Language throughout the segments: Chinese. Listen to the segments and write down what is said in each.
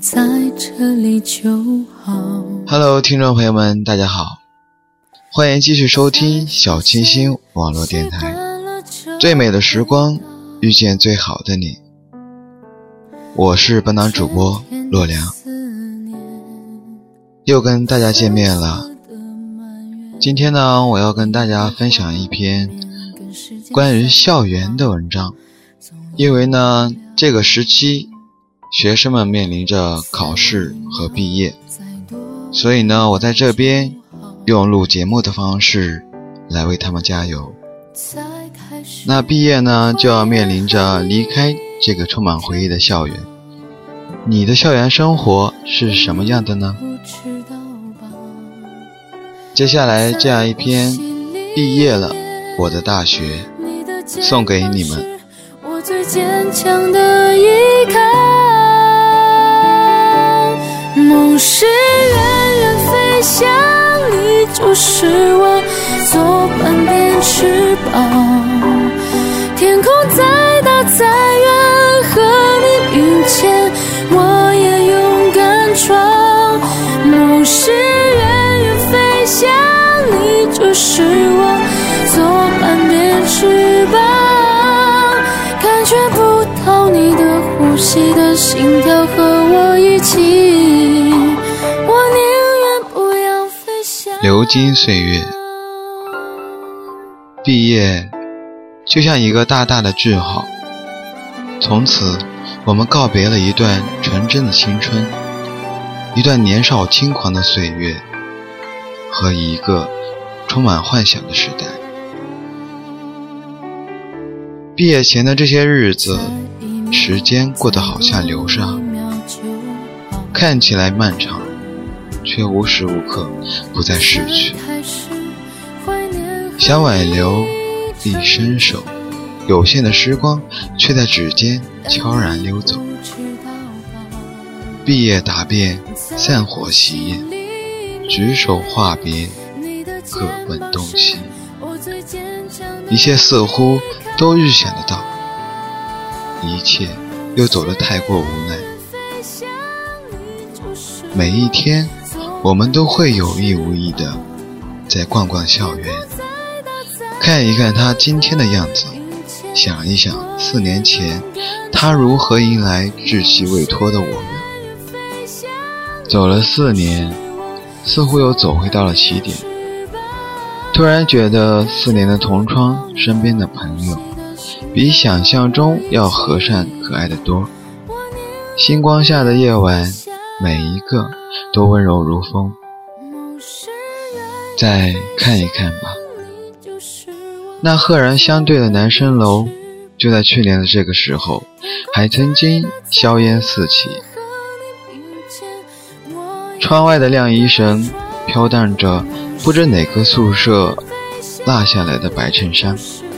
在这里就好。 Hello， 听众朋友们大家好，欢迎继续收听小清新网络电台，最美的时光遇见最好的你，我是本档主播洛良，又跟大家见面了。今天呢，我要跟大家分享一篇关于校园的文章。因为呢，这个时期学生们面临着考试和毕业，所以呢，我在这边用录节目的方式来为他们加油。那毕业呢，就要面临着离开这个充满回忆的校园。你的校园生活是什么样的呢？接下来这样一篇毕业了我的大学，送给你们。 我最坚强的依靠，梦是远远飞翔，你就是我左半边翅膀。天空再大再远，和你并肩，我也勇敢闯。梦是远远飞翔，你就是我左半边翅膀。感觉不到你的呼吸的心跳，和我一起，我宁愿不要飞翔。 流金岁月，毕业就像一个大大的句号，从此我们告别了一段纯真的青春，一段年少轻狂的岁月，和一个充满幻想的时代。毕业前的这些日子，时间过得好像流沙，看起来漫长，却无时无刻不在逝去。想挽留，一伸手，有限的时光却在指尖悄然溜走。毕业答辩，散伙喜宴，举手话别，各奔东西。一切似乎都预想得到，一切又走得太过无奈。每一天我们都会有意无意的在逛逛校园，看一看他今天的样子，想一想4年前他如何迎来稚气未脱的我们。走了4年，似乎又走回到了起点。突然觉得4年的同窗，身边的朋友比想象中要和善可爱得多。星光下的夜晚，每一个都温柔如风。再看一看吧，那赫然相对的男生楼，就在去年的这个时候还曾经硝烟四起。窗外的晾衣绳飘荡着不知哪个宿舍落下来的白衬衫，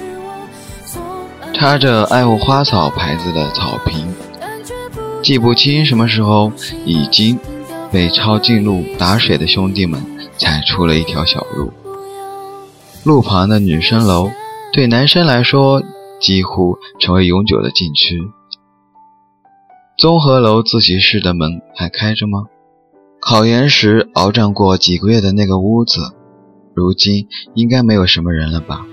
插着爱护花草牌子的草坪，记不清什么时候已经被抄近路打水的兄弟们踩出了一条小路。路旁的女生楼对男生来说几乎成为永久的禁区。综合楼自习室的门还开着吗？考研时鏖战过几个月的那个屋子，如今应该没有什么人了吧。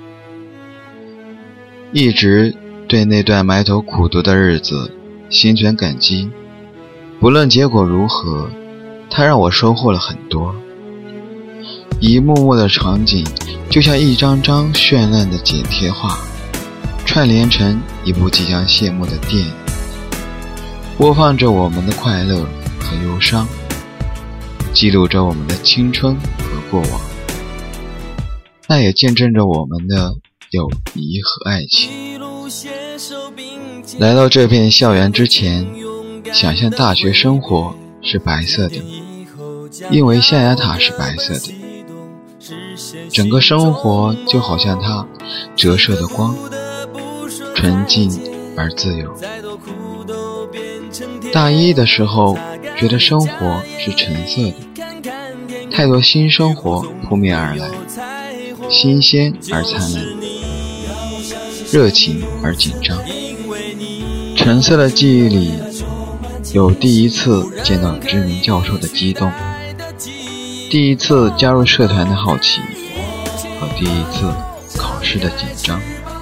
一直对那段埋头苦读的日子心存感激，不论结果如何，它让我收获了很多。一幕幕的场景就像一张张绚烂的剪贴画，串联成一部即将谢幕的电影，播放着我们的快乐和忧伤，记录着我们的青春和过往，那也见证着我们的友谊和爱情。来到这片校园之前，想象大学生活是白色的，因为象牙塔是白色的，整个生活就好像它折射的光，纯净而自由。大一的时候觉得生活是橙色的，太多新生活扑面而来，新鲜而灿烂，热情而紧张。橙色的记忆里有第一次见到知名教授的激动，第一次加入社团的好奇，和第一次考试的紧张。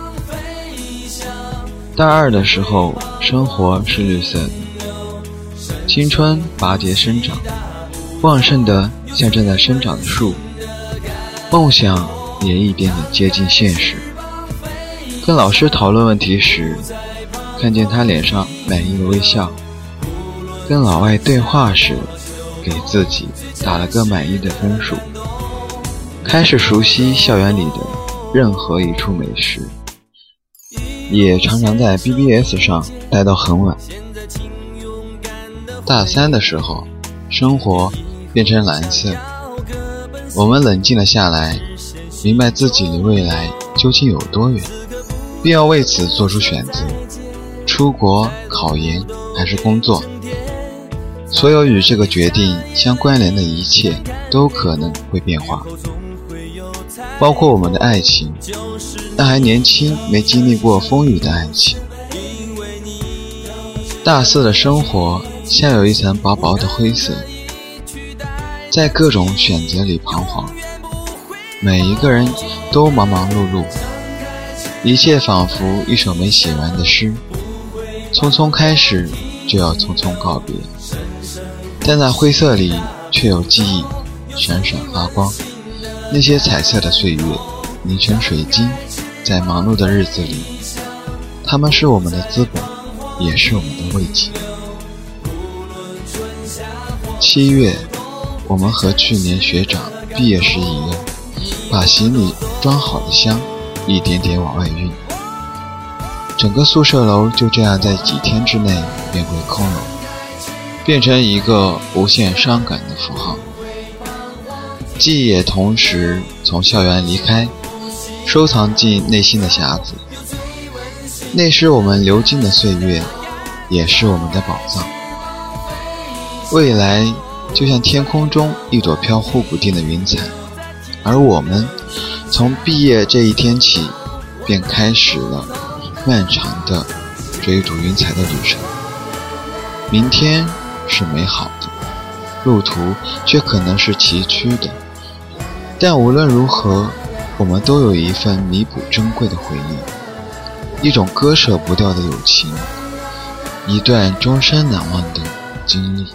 大二的时候，生活是绿色的，青春拔节生长，旺盛的像正在生长的树，梦想也一点点接近现实。跟老师讨论问题时，看见他脸上满意的微笑，跟老外对话时，给自己打了个满意的分数，开始熟悉校园里的任何一处美食，也常常在 BBS 上待到很晚。大三的时候，生活变成蓝色，我们冷静了下来，明白自己离未来究竟有多远，必要为此做出选择，出国、考研还是工作。所有与这个决定相关联的一切都可能会变化，包括我们的爱情，那还年轻没经历过风雨的爱情。大四的生活像有一层薄薄的灰色，在各种选择里彷徨，每一个人都忙忙碌碌，一切仿佛一首没写完的诗，匆匆开始就要匆匆告别。在那灰色里却有记忆闪闪发光，那些彩色的岁月凝成水晶，在忙碌的日子里，它们是我们的资本，也是我们的慰藉。7月，我们和去年学长毕业时一样，把行李装好的箱一点点往外运，整个宿舍楼就这样在几天之内变回空楼，变成一个无限伤感的符号。记忆也同时从校园离开，收藏进内心的匣子。那是我们流金的岁月，也是我们的宝藏。未来就像天空中一朵飘忽不定的云彩，而我们从毕业这一天起，便开始了漫长的追逐云彩的旅程。明天是美好的，路途却可能是崎岖的，但无论如何，我们都有一份弥补珍贵的回忆，一种割舍不掉的友情，一段终身难忘的经历。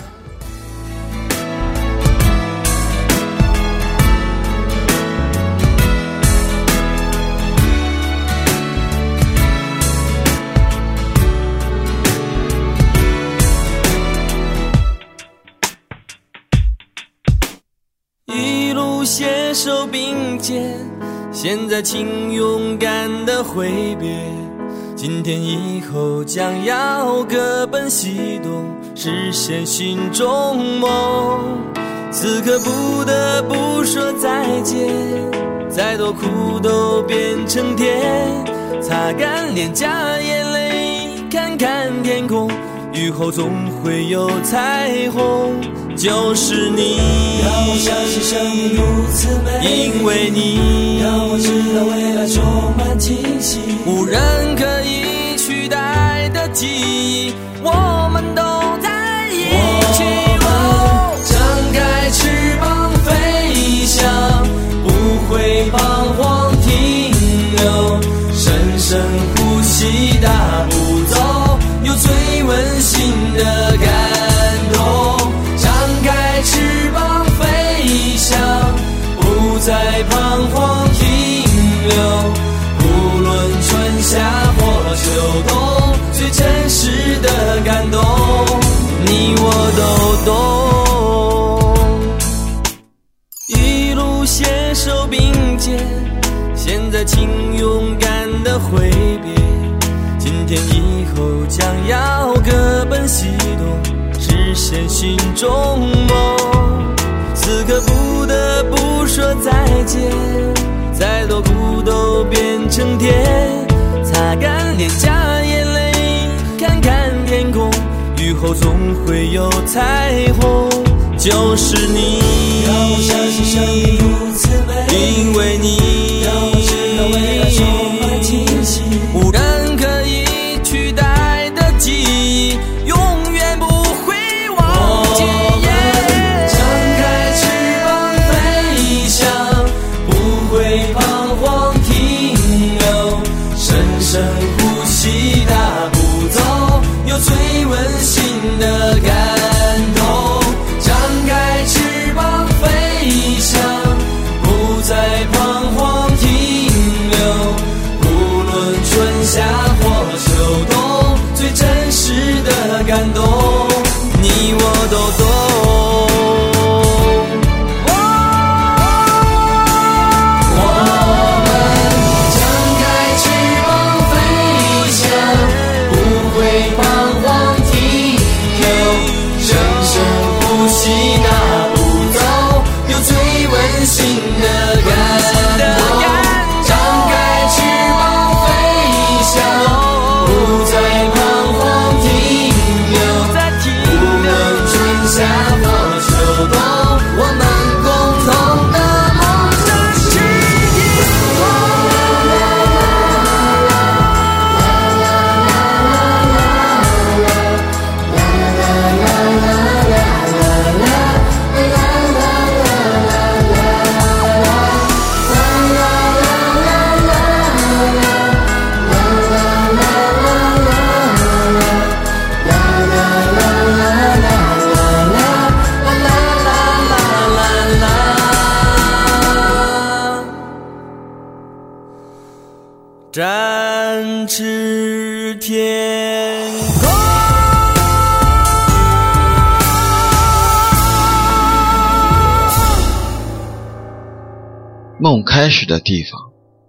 携手并肩，现在请勇敢地挥别，今天以后将要各奔西东，实现心中梦。此刻不得不说再见，再多苦都变成甜，擦干脸颊眼泪，看看天空，雨后总会有彩虹。就是你，让我相信生命如此美，因为你让我知道未来充满惊喜，无人可以取代的记忆，我们都在一起。张开翅膀飞翔，不会彷徨停留，深深呼吸大步走，有最温馨的感动。翅膀飞翔，不再彷徨停留，无论春夏或秋冬，最真实的感动，你我都懂。一路携手并肩，现在请勇敢地挥别，今天以后将要各奔西东，实现心中梦。此刻不得不说再见，再多苦都变成甜，擦干脸颊眼泪，看看天空，雨后总会有彩虹。就是你，让我相信生命如此美，因为你让我知道未来充满惊喜，无人可以取代的记忆，永远不会展翅天空。 梦开始的地方。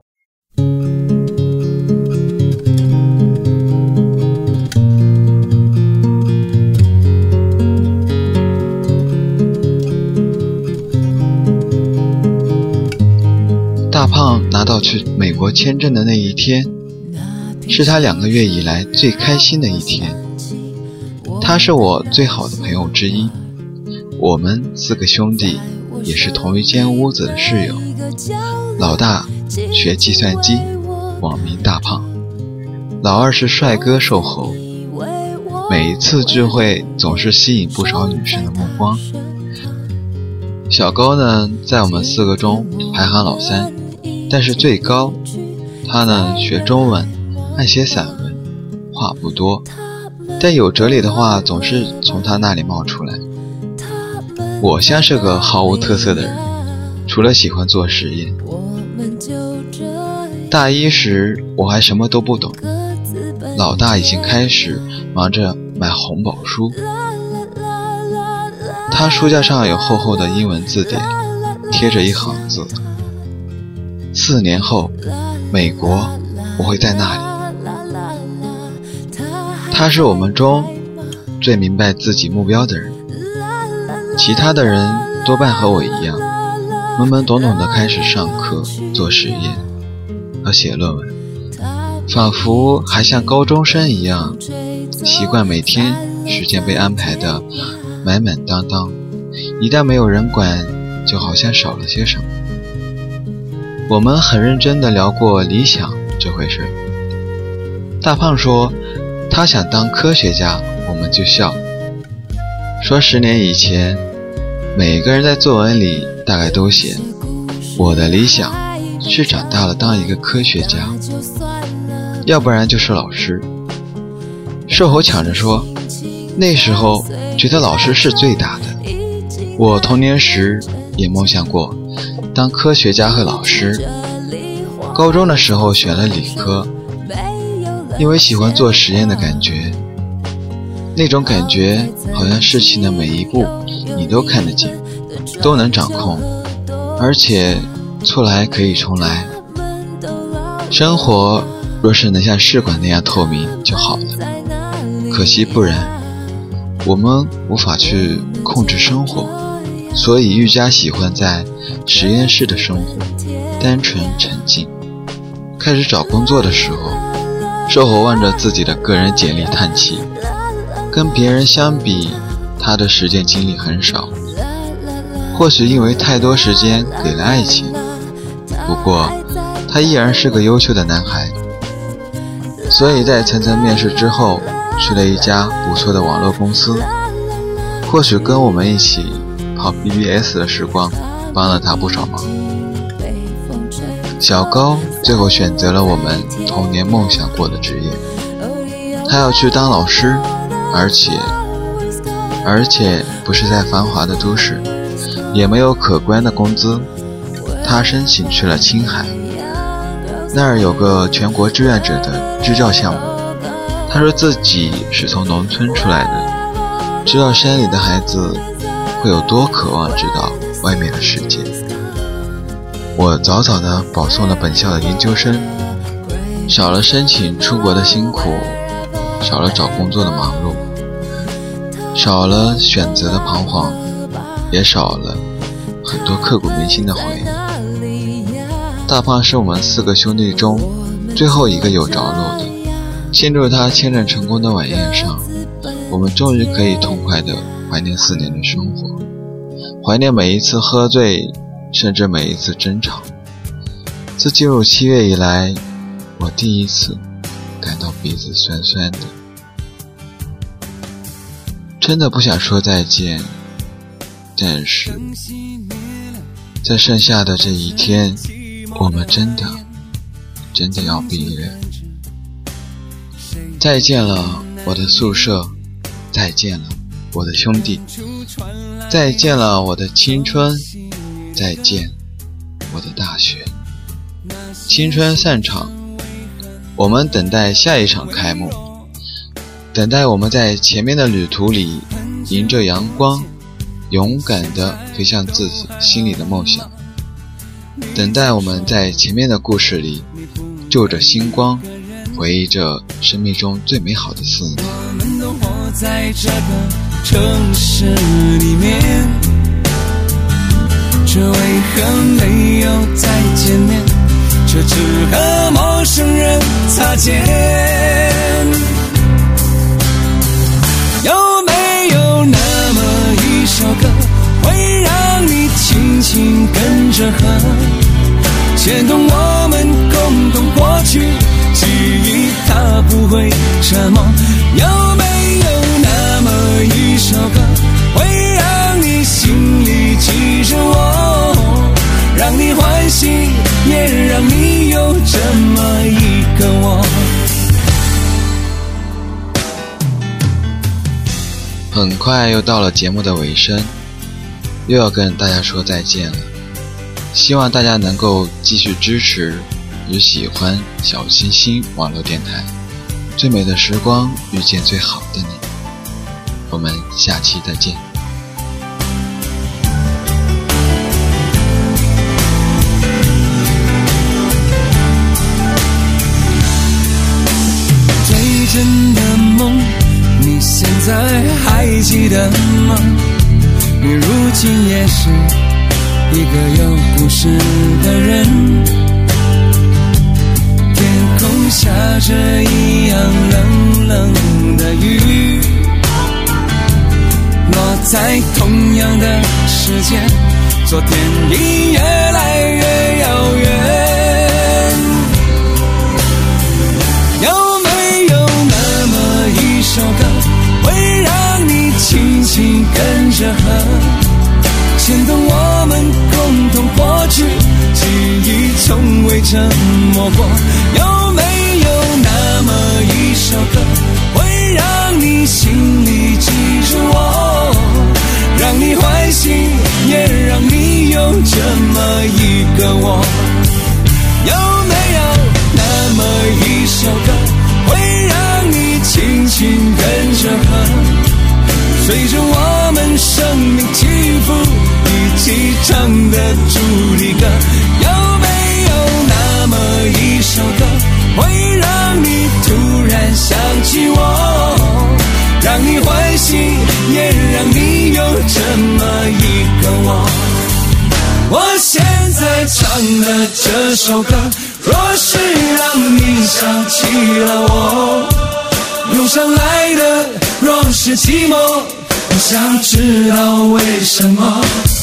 大胖拿到去美国签证的那一天，是他2个月以来最开心的一天。他是我最好的朋友之一，我们4个兄弟也是同一间屋子的室友。老大学计算机，网名大胖；老二是帅哥瘦猴。每一次聚会总是吸引不少女生的目光。小高呢，在我们4个中排行老3，但是最高。他呢，学中文，爱写散文，话不多，但有哲理的话总是从他那里冒出来。我像是个毫无特色的人，除了喜欢做实验。大一时我还什么都不懂，老大已经开始忙着买红宝书。他书架上有厚厚的英文字典，贴着一行字：4年后，美国，我会在那里。他是我们中最明白自己目标的人，其他的人多半和我一样，懵懵懂懂地开始上课、做实验和写论文，仿佛还像高中生一样，习惯每天时间被安排的满满当当，一旦没有人管，就好像少了些什么。我们很认真地聊过理想这回事。大胖说他想当科学家，我们就笑，说10年以前每个人在作文里大概都写，我的理想是长大了当一个科学家，要不然就是老师。瘦猴抢着说那时候觉得老师是最大的。我童年时也梦想过当科学家和老师，高中的时候选了理科，因为喜欢做实验的感觉，那种感觉好像事情的每一步你都看得见，都能掌控，而且错了还可以重来。生活若是能像试管那样透明就好了，可惜不然，我们无法去控制生活，所以愈加喜欢在实验室的生活，单纯沉静。开始找工作的时候，瘦猴望着自己的个人简历叹气，跟别人相比，他的实践经历很少，或许因为太多时间给了爱情，不过他依然是个优秀的男孩，所以在层层面试之后，去了一家不错的网络公司。或许跟我们一起跑 BBS 的时光帮了他不少忙。小高最后选择了我们童年梦想过的职业，他要去当老师，而且不是在繁华的都市，也没有可观的工资。他申请去了青海，那儿有个全国志愿者的支教项目。他说自己是从农村出来的，知道山里的孩子会有多渴望知道外面的世界。我早早地保送了本校的研究生，少了申请出国的辛苦，少了找工作的忙碌，少了选择的彷徨，也少了很多刻骨铭心的回忆。大胖是我们4个兄弟中最后一个有着落的。庆祝他签证成功的晚宴上，我们终于可以痛快地怀念4年的生活，怀念每一次喝醉，甚至每一次争吵。自进入7月以来，我第一次感到鼻子酸酸的。真的不想说再见，但是在剩下的这一天，我们真的要毕业了。再见了我的宿舍，再见了我的兄弟，再见了我的青春，再见我的大学。青春散场， 我们等待下一场开幕，等待我们在前面的旅途里迎着阳光勇敢地飞向自己心里的梦想，等待我们在前面的故事里就着星光回忆着生命中最美好的4年。 我们都活在这个城市里面，却为何没有再见面，却只和陌生人擦肩。有没有那么一首歌，会让你轻轻跟着和，牵动我们共同过去，记忆它不会沉默。有没有那么一首歌，会让你心里记着我，让你欢喜，也让你有这么一个我。 很快又到了节目的尾声，又要跟大家说再见了。希望大家能够继续支持与喜欢小星星网络电台，最美的时光遇见最好的你。我们下期再见。 最真的梦，你现在还记得吗？你如今也是一个有故事的人，天空下着一样冷冷的雨，落在同样的时间，昨天已越来越遥远。有没有那么一首歌，会让你轻轻跟着和，牵动我们共同过去，记忆从未沉默过。有没有那么一首歌，会让你心里记着我，让你欢喜，也让你有这么一个我。有没有那么一首歌，会让你轻轻跟着和，随着我们生命起伏一起唱的主题歌。有没有那么一首歌，会让你突然想起我，让你欢喜，也让你有这么一个我。我现在唱的这首歌，若是让你想起了我，涌上来的若是寂寞，我想知道为什么。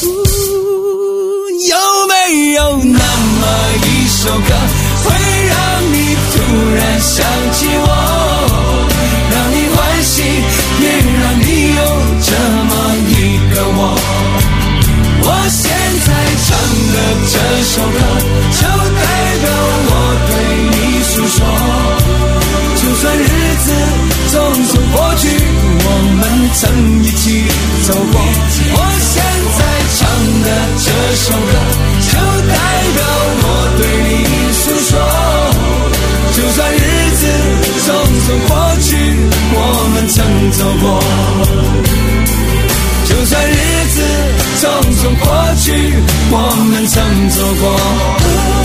有没有那么一首歌，会让你突然想起我，让你欢喜，也让你有这么一个我。我现在唱的这首歌，就代表我对你诉说，就算日子匆匆过去，我们曾一起走过。我现在唱的这首歌，就代表我对你诉说，就算日子匆匆过去，我们曾走过。就算日子匆匆过去，我们曾走过。